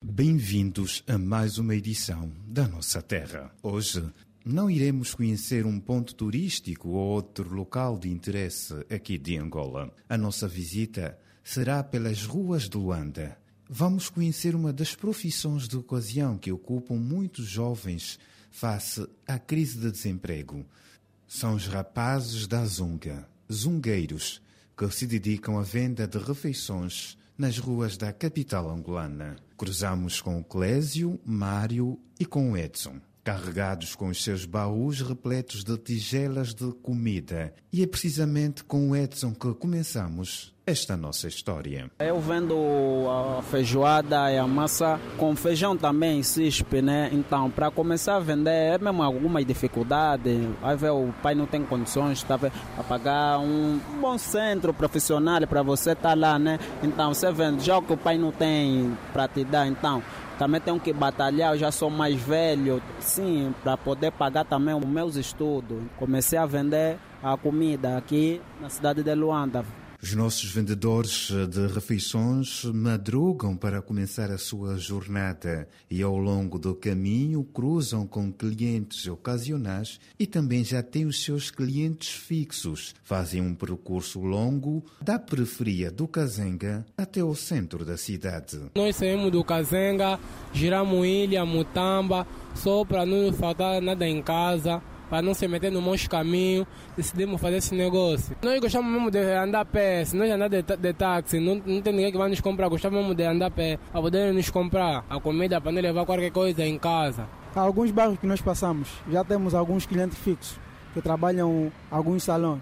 Bem-vindos a mais uma edição da Nossa Terra. Hoje não iremos conhecer um ponto turístico ou outro local de interesse aqui de Angola. A nossa visita será pelas ruas de Luanda. Vamos conhecer uma das profissões de ocasião que ocupam muitos jovens face à crise de desemprego. São os rapazes da Zunga, zungueiros, que se dedicam à venda de refeições nas ruas da capital angolana. Cruzamos com o Clésio, Mário e com o Edson, carregados com os seus baús repletos de tigelas de comida. E é precisamente com o Edson que começamos esta nossa história. Eu vendo a feijoada e a massa com feijão também, cispe, né? Então, para começar a vender, é mesmo alguma dificuldade. Aí vê, o pai não tem condições tá, a pagar um bom centro profissional para você estar lá, né? Então, você vende já o que o pai não tem para te dar, então também tenho que batalhar, eu já sou mais velho, sim, para poder pagar também os meus estudos. Comecei a vender a comida aqui na cidade de Luanda. Os nossos vendedores de refeições madrugam para começar a sua jornada e ao longo do caminho cruzam com clientes ocasionais e também já têm os seus clientes fixos. Fazem um percurso longo da periferia do Kazenga até o centro da cidade. Nós saímos do Kazenga, giramos Ilha, Mutamba, só para não faltar nada em casa, para não se meter no monte caminho, decidimos fazer esse negócio. Nós gostamos mesmo de andar a pé, se nós andar de táxi, não tem ninguém que vai nos comprar, gostamos mesmo de andar a pé, para poder nos comprar a comida, para não levar qualquer coisa em casa. Há alguns bairros que nós passamos, já temos alguns clientes fixos, que trabalham em alguns salões.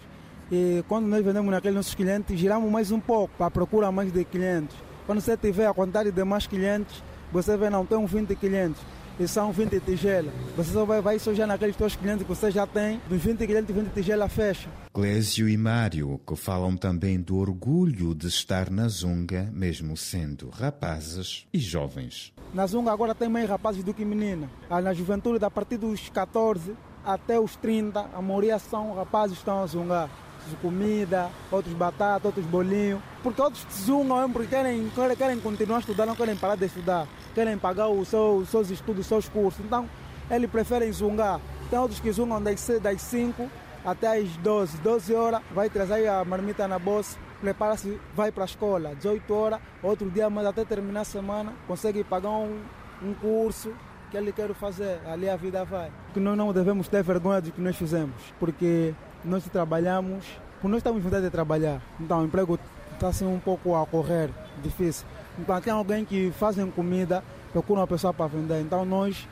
E quando nós vendemos naqueles nossos clientes, giramos mais um pouco, para procurar mais de clientes. Quando você tiver a quantidade de mais clientes, você vê, não, tem uns 20 clientes. E são 20 tigelas. Você só vai já naqueles teus clientes que você já tem, dos 20 clientes, 20 tigelas fecha. Clésio e Mário, que falam também do orgulho de estar na Zunga, mesmo sendo rapazes e jovens. Na Zunga agora tem mais rapazes do que meninas. Na juventude, a partir dos 14 até os 30, a maioria são rapazes que estão a zungar. Comida, outros batata, outros bolinhos. Porque outros zungam porque querem continuar a estudar, não querem parar de estudar. Querem pagar os seus estudos, os seus cursos. Então, eles preferem zungar. Tem outros que zungam das 5 até as 12 horas, vai trazer a marmita na bolsa, prepara-se, vai para a escola. 18 horas, outro dia, mas até terminar a semana, consegue pagar um curso que ele quer fazer. Ali a vida vai. Que nós não devemos ter vergonha do que nós fizemos, porque nós trabalhamos, nós estamos com vontade de trabalhar. Então o emprego está assim um pouco a correr, difícil. Então tem alguém que faz comida, procura uma pessoa para vender. Então nós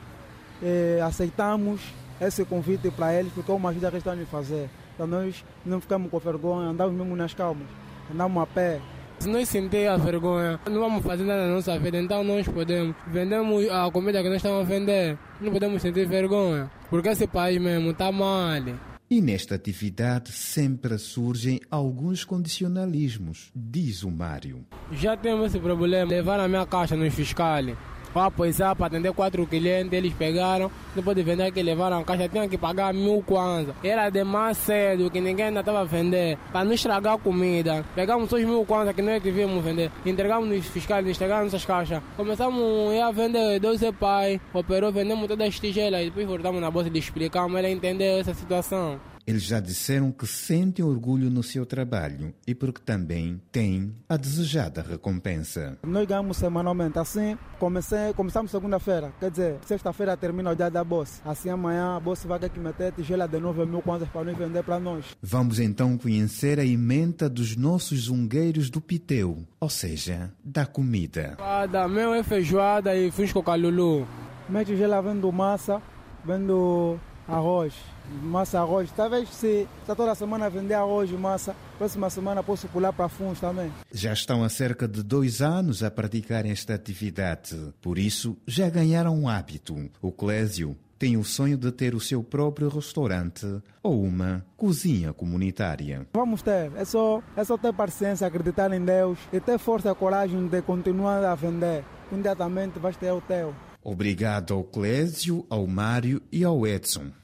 aceitamos esse convite para eles, porque é uma ajuda que eles estão a fazer. Então nós não ficamos com vergonha, andamos mesmo nas calmas, andamos a pé. Se nós sentimos a vergonha, não vamos fazer nada na nossa vida, então nós podemos. Vendemos a comida que nós estamos a vender, não podemos sentir vergonha, porque esse país mesmo está mal. E nesta atividade sempre surgem alguns condicionalismos, diz o Mário. Já temos esse problema, levar a minha caixa nos fiscais. Pois para atender 4 clientes, eles pegaram, depois de vender que levaram a caixa, tinham que pagar 1.000 kwanza. Era demais cedo, que ninguém ainda estava a vender, para não estragar a comida. Pegamos os 1.000 kwanza que nós devíamos vender, entregamos nos fiscais, entregaram nossas caixas. Começamos a vender 12 pai, operou, vendemos todas as tigelas, depois voltamos na bolsa e explicamos, ele entendeu essa situação. Eles já disseram que sentem orgulho no seu trabalho e porque também têm a desejada recompensa. Nós ganhamos semanalmente, assim, começamos segunda-feira, quer dizer, sexta-feira termina o dia da bolsa. Assim amanhã a bolsa vai ter que meter tigela de 9.000 kwanzas para nós vender para nós. Vamos então conhecer a ementa dos nossos zungueiros do Piteu, ou seja, da comida. Meu é feijoada e fusco calulu. Minha tigela vendo massa, vendo arroz. Massa, arroz. Talvez se toda semana vender arroz e massa, próxima semana posso pular para fundos também. Já estão há cerca de 2 anos a praticar esta atividade. Por isso, já ganharam um hábito. O Clésio tem o sonho de ter o seu próprio restaurante ou uma cozinha comunitária. Vamos ter. É só ter paciência, acreditar em Deus e ter força e coragem de continuar a vender. Imediatamente vais ter o teu. Obrigado ao Clésio, ao Mário e ao Edson.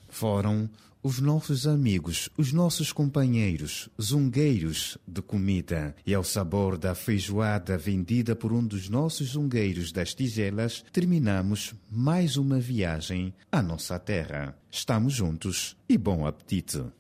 Foram os nossos amigos, os nossos companheiros, zungueiros de comida. E ao sabor da feijoada vendida por um dos nossos zungueiros das Tigelas, terminamos mais uma viagem à nossa terra. Estamos juntos e bom apetite!